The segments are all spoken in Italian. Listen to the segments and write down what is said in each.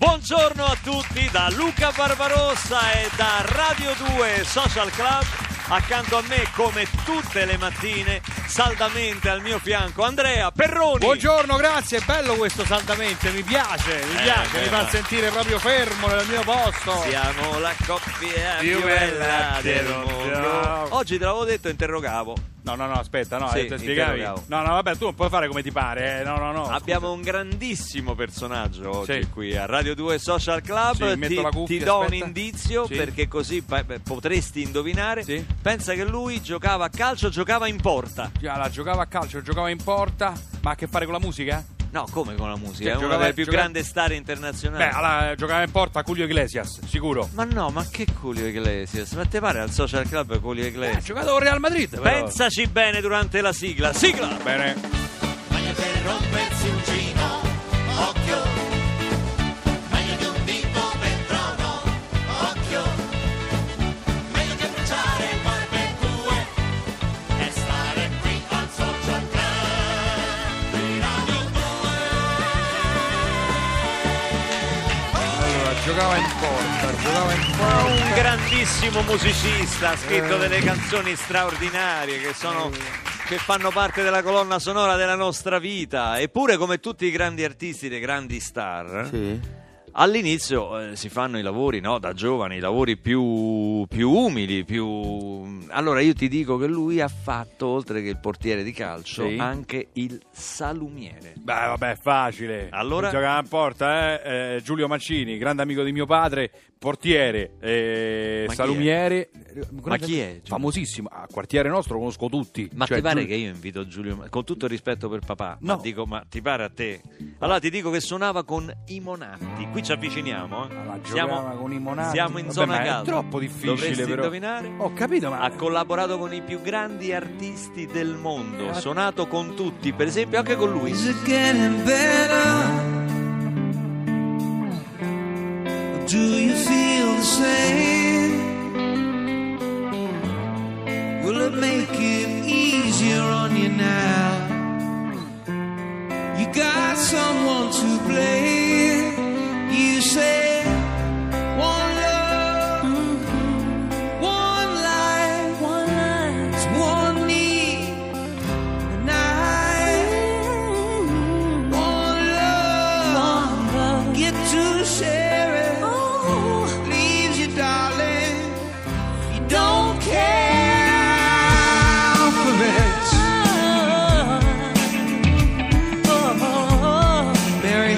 Buongiorno a tutti da Luca Barbarossa e da Radio 2 Social Club. Accanto a me, come tutte le mattine, saldamente al mio fianco, Andrea Perroni. Buongiorno, grazie, è bello questo saldamente, mi piace, mi fa sentire proprio fermo nel mio posto. Siamo la coppia più bella del mondo. Oggi te l'avevo detto, interrogavo. No, aspetta, Sì, spiegavi. No, vabbè, tu non puoi fare come ti pare, No. Abbiamo scusa. un grandissimo personaggio oggi Sì. qui a Radio 2 Social Club. Sì, metto la cuffia, ti do aspetta. un indizio, Sì. perché così potresti indovinare. Sì. Pensa che lui giocava a calcio, giocava in porta. Giocava a calcio, giocava in porta, ma ha a che fare con la musica? No, come con la musica? Sì, È una giocava- delle più giocava- grandi star internazionali. Beh, allora, giocava in porta Julio Iglesias, sicuro. Ma no, ma che Julio Iglesias? Ma te pare al Social Club Julio Ha Iglesias? giocato con Real Madrid, però. Pensaci bene durante la sigla. Sigla! Bene. Meglio per rompersi un gino, occhio. Meglio di un dito per trono, occhio. Meglio che bruciare barbecue e stare qui al Social Club di Radio 2. Allora, giocava in porta. Un grandissimo musicista, ha scritto delle canzoni straordinarie che fanno parte della colonna sonora della nostra vita. Eppure, come tutti i grandi artisti, le grandi star, all'inizio si fanno i lavori, no, da giovani, i lavori più umili, Allora io ti dico che lui ha fatto, oltre che il portiere di calcio, Sì. anche il salumiere. Beh, vabbè, è facile. Allora? Giocava in porta, Giulio Mancini, grande amico di mio padre, portiere, Ma chi è? salumiere. Ma chi è? Famosissimo. A quartiere nostro lo conosco tutti. Ma Cioè, ti pare Giulio- che io invito Giulio, con tutto il rispetto per papà, No. ma ti pare a te? Allora ti dico che suonava con i Monatti. Qui ci avviciniamo, Allora, giocava con i Monati. siamo in Vabbè, zona ma calda. è troppo difficile, Dovresti però. indovinare? Ho capito, ma Ha collaborato con i più grandi artisti del mondo, suonato con tutti, per esempio anche con lui. Is it getting better? Or do you feel the same? Will it make it easier on you now? You got someone to blame. You say one love, one life, one need. And one love, get to share it. Leaves you, darling. You don't care for it. Mary.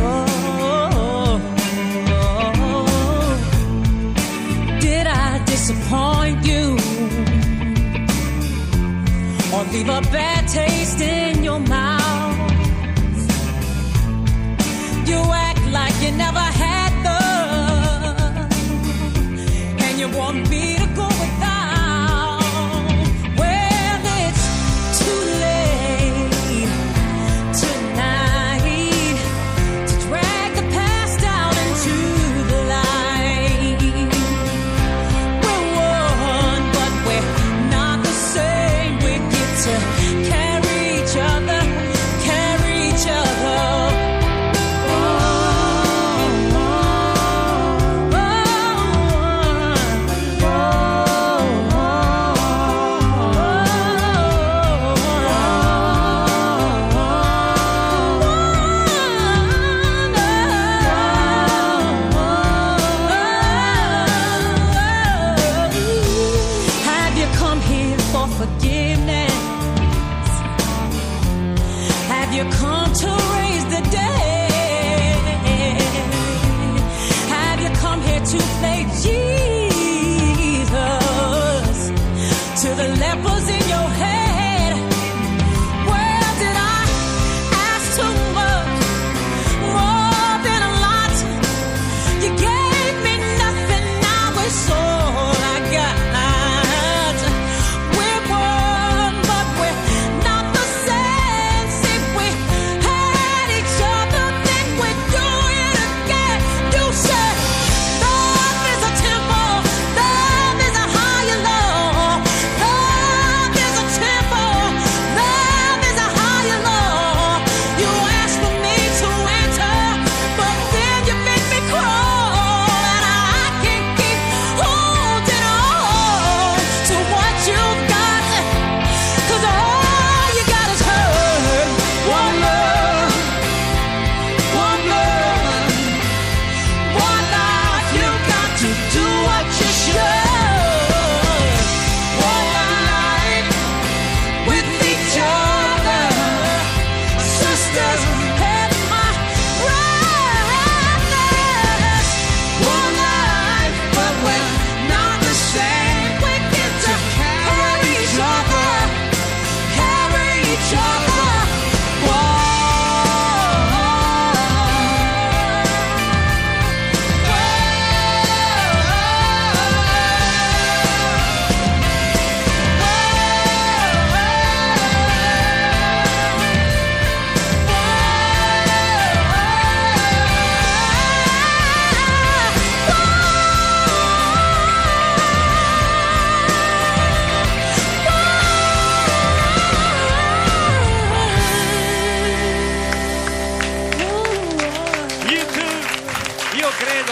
Did I disappoint you or leave a bad taste in your mouth? You act like you never had love, and you want me to go without. Well, it's too late tonight to drag the past down into the light. We're one, but we're not the same. We get to carry each other, carry each other. Oh, oh, oh, oh.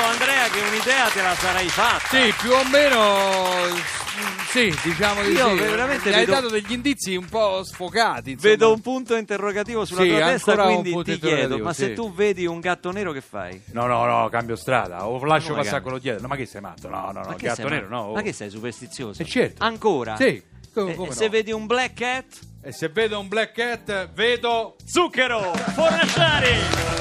Andrea che un'idea te la sarai fatta. Sì, più o meno. Sì, diciamo di Io sì. veramente Mi hai vedo- dato degli indizi un po' sfocati. Insomma. Vedo un punto interrogativo sulla Sì, tua testa, ancora un quindi punto ti chiedo, interrogativo, ma se sì. tu vedi un gatto nero che fai? No, cambio strada. O lascio Come passare cambi? quello dietro. No, ma che sei matto? No, Ma che gatto sei, nero, no. ma che sei superstizioso? certo. Ancora? Sì, E come se no? vedi un black cat? E se vedo un black cat, vedo. Zucchero! Fornaciari!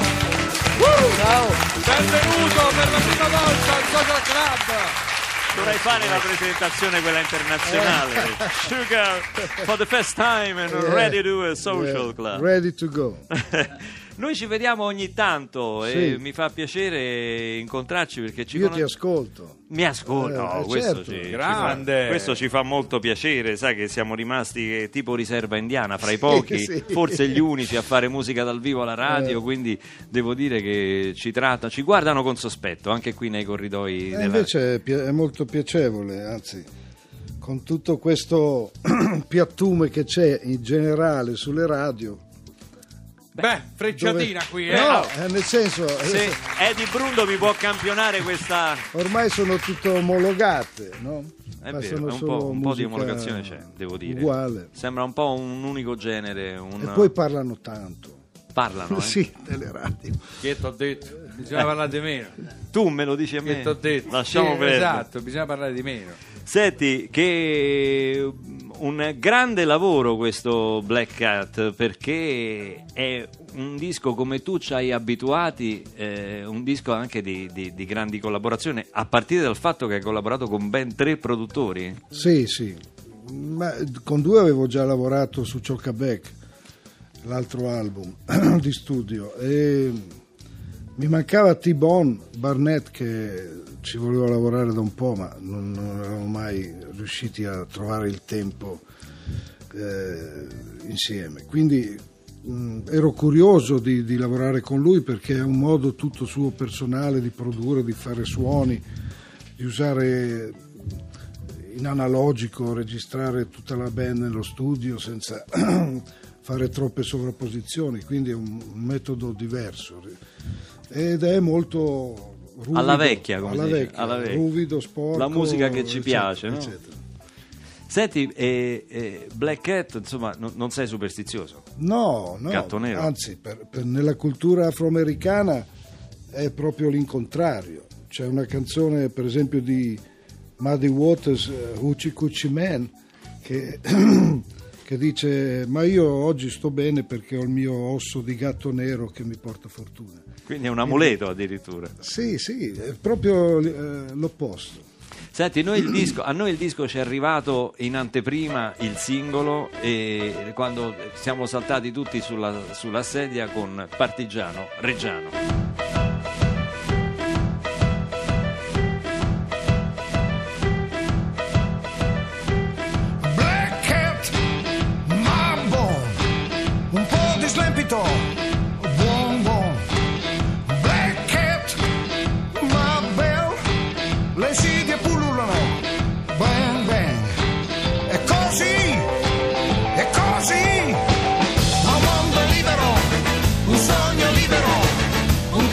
Benvenuto per la prima volta al Social Club! Dovrai fare la presentazione quella internazionale. Sugar for the first time and ready to do a social club. Ready to go. Noi ci vediamo ogni tanto e Sì. mi fa piacere incontrarci perché Io ti ascolto. Mi ascolto, no, questo, certo. ci Grande. fa, questo ci fa molto piacere, sai che siamo rimasti tipo riserva indiana fra i pochi, Sì. forse gli unici a fare musica dal vivo alla radio, quindi devo dire che ci guardano con sospetto anche qui nei corridoi della... Invece è molto piacevole, anzi, con tutto questo piattume che c'è in generale sulle radio. Beh, frecciatina qui, No, nel senso, Se Eddie Brundo mi può campionare questa... ormai sono tutte omologate, no? È Ma vero, sono è un solo po' di musica omologazione c'è, devo dire. Uguale. Sembra un po' un unico genere, E poi parlano tanto. parlano, eh? Sì, delle radio. Che t'ho detto? Bisogna parlare di meno. Tu me lo dici a me? Che t'ho detto? Lasciamo Sì, perdere. esatto, bisogna parlare di meno. Senti, che un grande lavoro questo Black Cat, perché è un disco come tu ci hai abituati, un disco anche di grandi collaborazioni, a partire dal fatto che hai collaborato con ben 3 produttori. Sì, sì. Ma con 2 avevo già lavorato su Chocabec, l'altro album di studio, e mi mancava T-Bone Barnett, che ci volevo lavorare da un po', ma non eravamo mai riusciti a trovare il tempo insieme. Quindi ero curioso di lavorare con lui, perché è un modo tutto suo personale di produrre, di fare suoni, di usare in analogico, registrare tutta la band nello studio senza fare troppe sovrapposizioni, quindi è un metodo diverso ed è molto ruvido, Alla vecchia, come alla si dice, vecchia, alla vecchia. ruvido, sporco, La musica che ci eccetera, piace, no? eccetera. Senti, Black Cat, insomma, non sei superstizioso? No, Gatto nero. anzi, nella cultura afroamericana è proprio l'incontrario. C'è una canzone, per esempio, di Muddy Waters, Hoochie Coochie Man, che, che dice: ma io oggi sto bene perché ho il mio osso di gatto nero che mi porta fortuna. Quindi è un amuleto addirittura. Sì, è proprio l'opposto. Senti, a noi il disco ci è arrivato in anteprima, il singolo, e quando siamo saltati tutti sulla sedia con Partigiano Reggiano. Black Cat, mambo, un po' di slempito, buon. Black Cat, ma bel, le insidie pullulano, bang. E così, ma un mondo libero, un sogno libero, un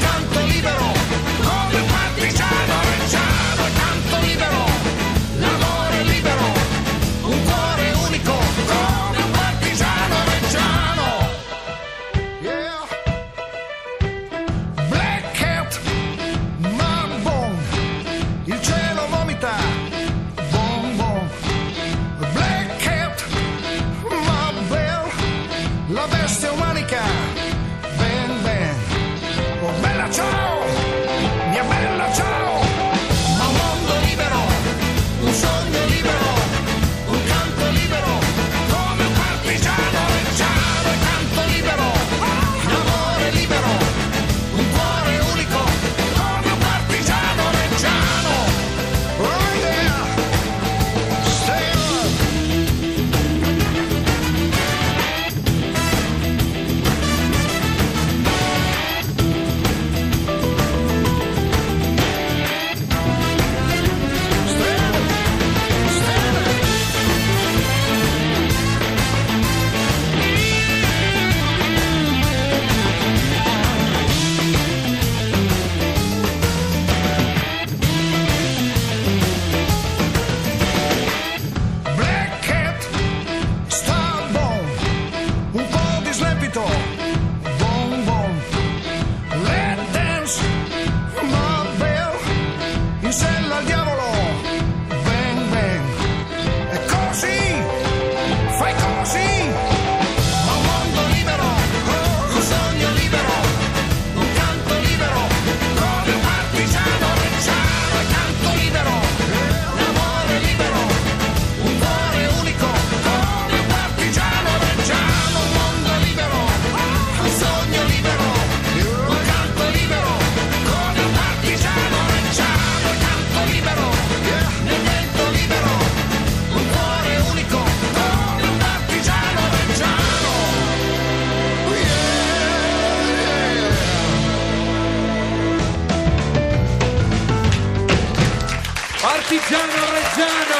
Artigiano Reggiano.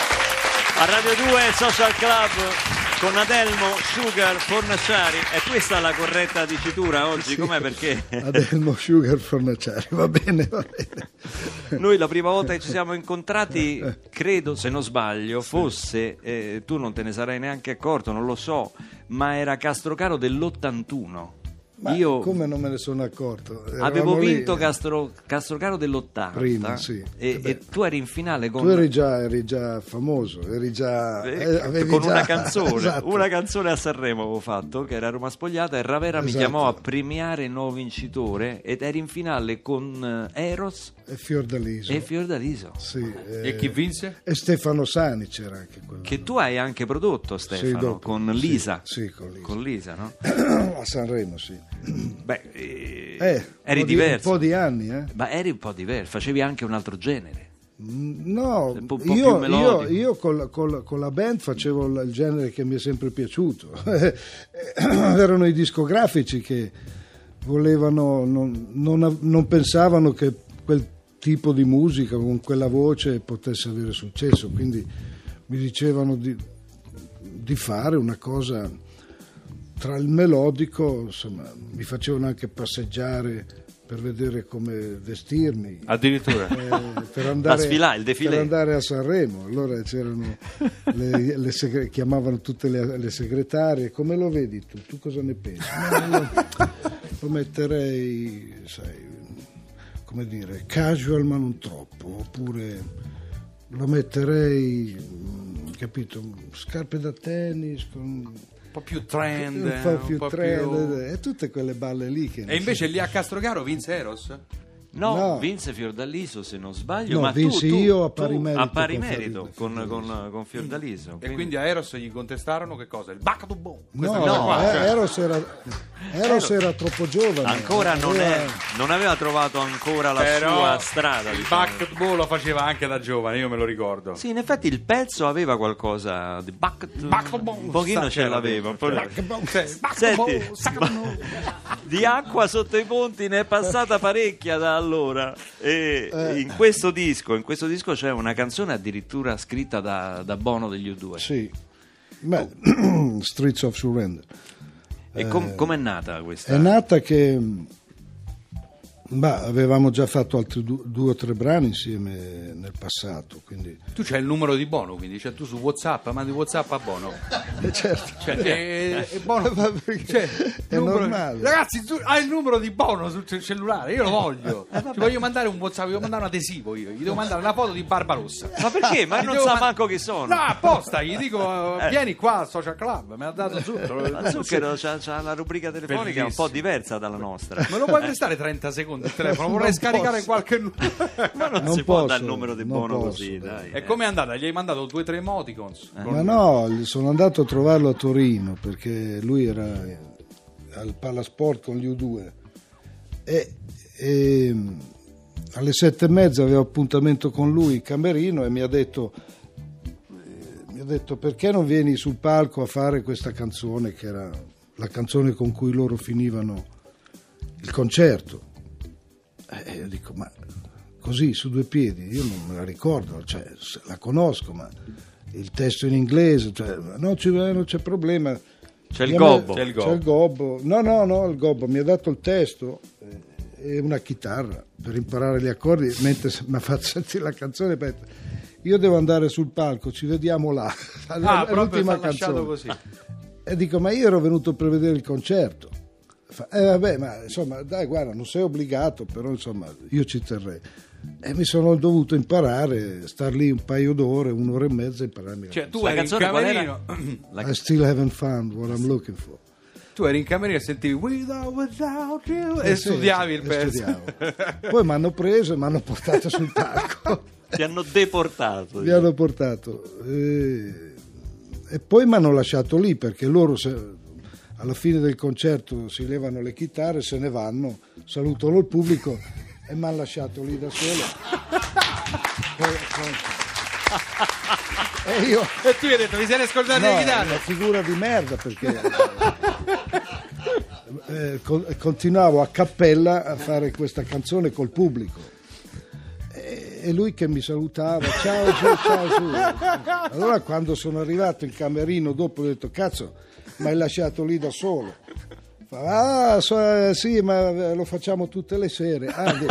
A Radio 2 Social Club con Adelmo, Sugar, Fornaciari. È questa la corretta dicitura oggi? Sì. Com'è? Perché Adelmo, Sugar, Fornaciari, va bene, va bene. noi la prima volta che ci siamo incontrati, credo, se non sbaglio, fosse, tu non te ne sarai neanche accorto, non lo so, ma era Castrocaro dell'81. Ma Io come non me ne sono accorto? avevo Eravamo lì. vinto Castrocaro dell'80 Prima, sì. e tu eri in finale con, Tu eri già famoso, eri già avevi con già- una canzone, Esatto. una canzone a Sanremo avevo fatto, che era Roma Spogliata, e Ravera mi Esatto. chiamò a premiare il nuovo vincitore ed eri in finale con Eros E Fiordaliso. e Fiordaliso, Sì, E chi vinse? e Stefano Sani c'era anche quello. che tu hai anche prodotto, Stefano, dopo. con Sì, Lisa. sì, con Lisa. Con Lisa, no? A Sanremo, sì. Beh, un eri po' diverso. Un po' di anni, eh? Ma eri un po' diverso, facevi anche un altro genere. No, Un po' più melodico. io con la band facevo il genere che mi è sempre piaciuto. Erano i discografici che volevano, non pensavano che quel tipo di musica con quella voce potesse avere successo, quindi mi dicevano di fare una cosa tra il melodico, insomma, mi facevano anche passeggiare per vedere come vestirmi. Addirittura. Per andare, La sfilà, il defilé. per andare a Sanremo. Allora c'erano chiamavano tutte le segretarie. Come lo vedi tu? Tu cosa ne pensi? Ma io lo metterei, sai, come dire, casual ma non troppo, oppure lo metterei, capito, scarpe da tennis con Un po' più trend. un po' più un po' trend, più- e tutte quelle balle lì che E invece lì a Castrocaro vinse Eros? No, No. vinse Fiordaliso, se non sbaglio, No, ma vinsi tu, io a pari merito a pari con merito Fiordaliso. con Fiordaliso. E quindi a Eros gli contestarono che cosa? Il back to boom. Questa no, cosa qua, cioè. Eros era troppo giovane. ancora non aveva trovato ancora la Però sua strada, il diciamo. back to boom lo faceva anche da giovane, io me lo ricordo. Sì, in effetti il pezzo aveva qualcosa di Back to boom. un pochino ce l'aveva, un po'. Senti, di acqua sotto i ponti ne è passata parecchia da allora, e in questo disco c'è una canzone addirittura scritta da Bono degli U2. Sì. Beh, Streets of Surrender. E com'è nata questa? È nata che avevamo già fatto altri due o tre brani insieme nel passato, quindi Tu c'hai il numero di Bono, quindi cioè, tu su WhatsApp mandi WhatsApp a Bono. certo. Cioè, e Bono, Ma perché? cioè, È normale. Ragazzi, tu hai il numero di Bono sul cellulare, io lo voglio. Ci voglio mandare un WhatsApp, voglio mandare un adesivo io. Gli devo mandare una foto di Barbarossa. Ma perché? Ma Gli non devo sa manco chi sono. No, apposta, gli dico vieni qua al Social Club, me l'ha dato tutto. Ma Zucchero c'ha la rubrica telefonica un po' diversa dalla nostra. Me lo puoi prestare 30 secondi il telefono? Vorrei scaricare posso. qualche numero. Ma non, Non si può posso, dare il numero di non Bono posso, così, dai. E com'è andata? Gli hai mandato 2 o 3 emoticons? Ma no, sono andato a trovarlo a Torino perché lui era al Palasport con gli U2 e alle 7:30 avevo appuntamento con lui in camerino e mi ha detto perché non vieni sul palco a fare questa canzone, che era la canzone con cui loro finivano il concerto. E io dico, ma così su due piedi, io non me la ricordo, cioè la conosco, ma il testo in inglese, cioè, non c'è problema. C'è il Mi ha gobbo. C'è il C'è il gobbo. No, il gobbo mi ha dato il testo e una chitarra per imparare gli accordi, mentre mi ha fatto sentire la canzone. Aspetta, io devo andare sul palco, ci vediamo là. Ah, proprio L'ultima t'ha lasciato canzone. così. E dico, ma io ero venuto per vedere il concerto. Fa, vabbè, ma insomma, dai, guarda, non sei obbligato, però insomma, io ci terrei. E mi sono dovuto imparare, star lì un paio d'ore, un'ora e mezza e impararmi. Cioè, tu La eri in canzone qual camerino. era? I still haven't found what I'm looking for. Tu eri in camerino e sentivi Without You e Sì, studiavi il e pezzo. studiavo. Poi mi hanno preso e mi hanno portato sul palco. Ti hanno deportato. Mi hanno portato. E poi mi hanno lasciato lì perché loro alla fine del concerto si levano le chitarre, se ne vanno, salutano il pubblico e mi hanno lasciato lì da solo. E io E tu gli hai detto, mi sei ascoltato le no, è chitarre? una figura di merda perché continuavo a cappella a fare questa canzone col pubblico e lui che mi salutava, ciao Giù, ciao Giù. Allora quando sono arrivato in camerino dopo ho detto, cazzo, mi hai lasciato lì da solo. Fa, sì, ma lo facciamo tutte le sere.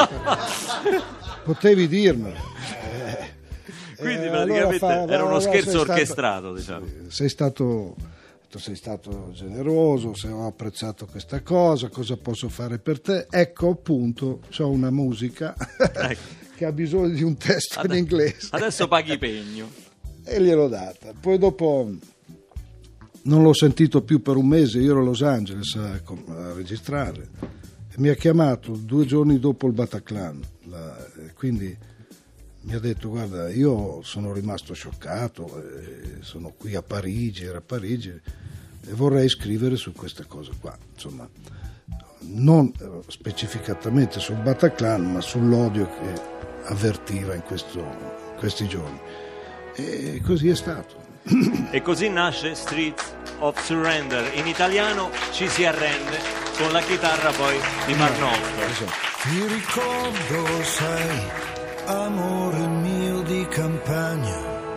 Potevi dirmelo. Quindi allora praticamente era uno scherzo sei orchestrato, diciamo. Sei stato generoso, se ho apprezzato questa cosa posso fare per te? Ecco, appunto, c'ho una musica che ha bisogno di un testo in inglese. Adesso paghi pegno. E gliel'ho data. Poi dopo non l'ho sentito più per un mese, io ero a Los Angeles a registrare, e mi ha chiamato 2 giorni dopo il Bataclan, quindi mi ha detto, guarda, io sono rimasto scioccato, sono qui a Parigi, era a Parigi, e vorrei scrivere su questa cosa qua, insomma, non specificatamente sul Bataclan, ma sull'odio che avvertiva in questi giorni. E così è stato. E così nasce Streets of Surrender, in italiano Ci si arrende, con la chitarra poi di Marnoff. Esatto. Ti ricordo, sai, amore mio di campagna,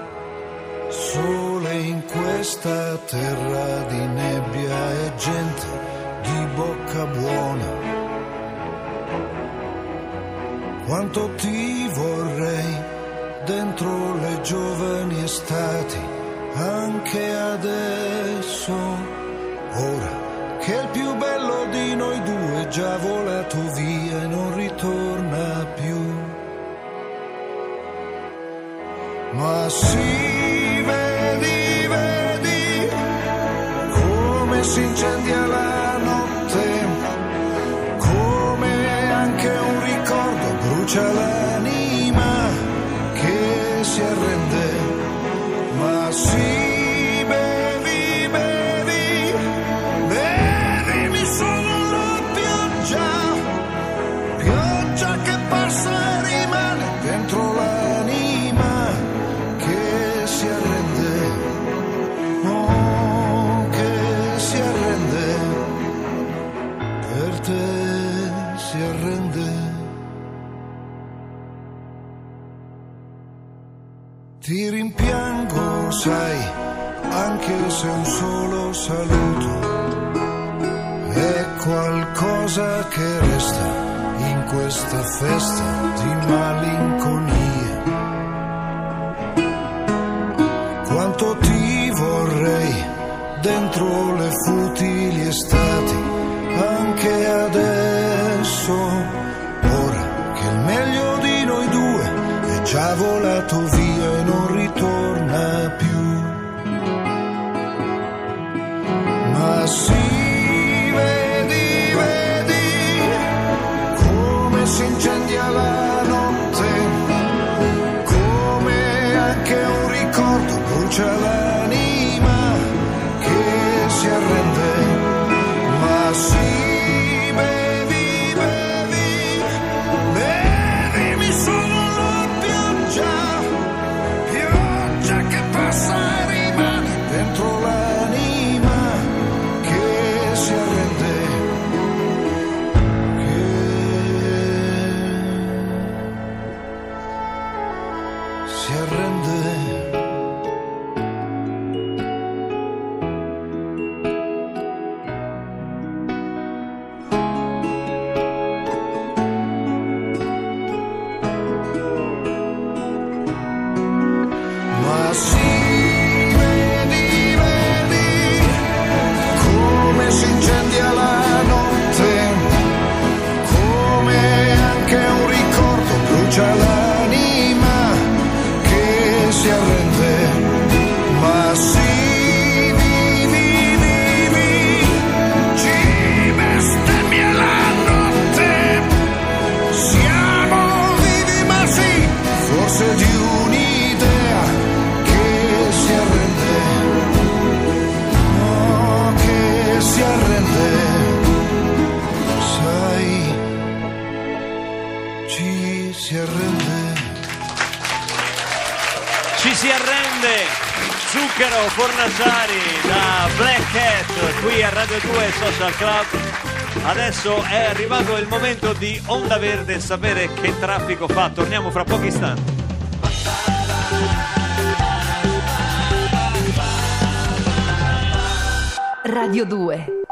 sole in questa terra di nebbia e gente di bocca buona. Quanto ti vorrei dentro le giovani estati, anche adesso, ora che il più bello di noi due è già volato via e non ritorna più. Ma sì, vedi come si incendia la notte, come anche un ricordo brucia l'anima che si arrende. Ma sì, bevi, mi sono la pioggia che passa e rimane dentro l'anima che si arrende, oh, che si arrende, per te si arrende. Ti rimpiango, sai, anche se un solo saluto è qualcosa che resta in questa festa di malinconia. Quanto ti vorrei dentro le futili estati, anche adesso, ora che il meglio di noi due è già volato via e non ritorna più. Ma sì, vedi come si incendia la notte, come anche un ricordo brucia l'anima che si arrende. Ma sì, bevi, mi sono la pioggia che passa e rimane dentro l'anima che si arrende, che si arrende. Ma sì, vedi come si incendia la notte, come anche un ricordo brucia l'anima che si arrende. Ma sì, vivi, ci bestemmia la notte, siamo vivi ma sì, forse di un'idea che si arrende, oh, che si arrende, sai, ci si arrende. Ci si arrende, Zucchero Fornaciari da Black Cat qui a Radio 2 Social Club. Adesso è arrivato il momento di Onda Verde e sapere che traffico fa. Torniamo fra pochi istanti. Radio 2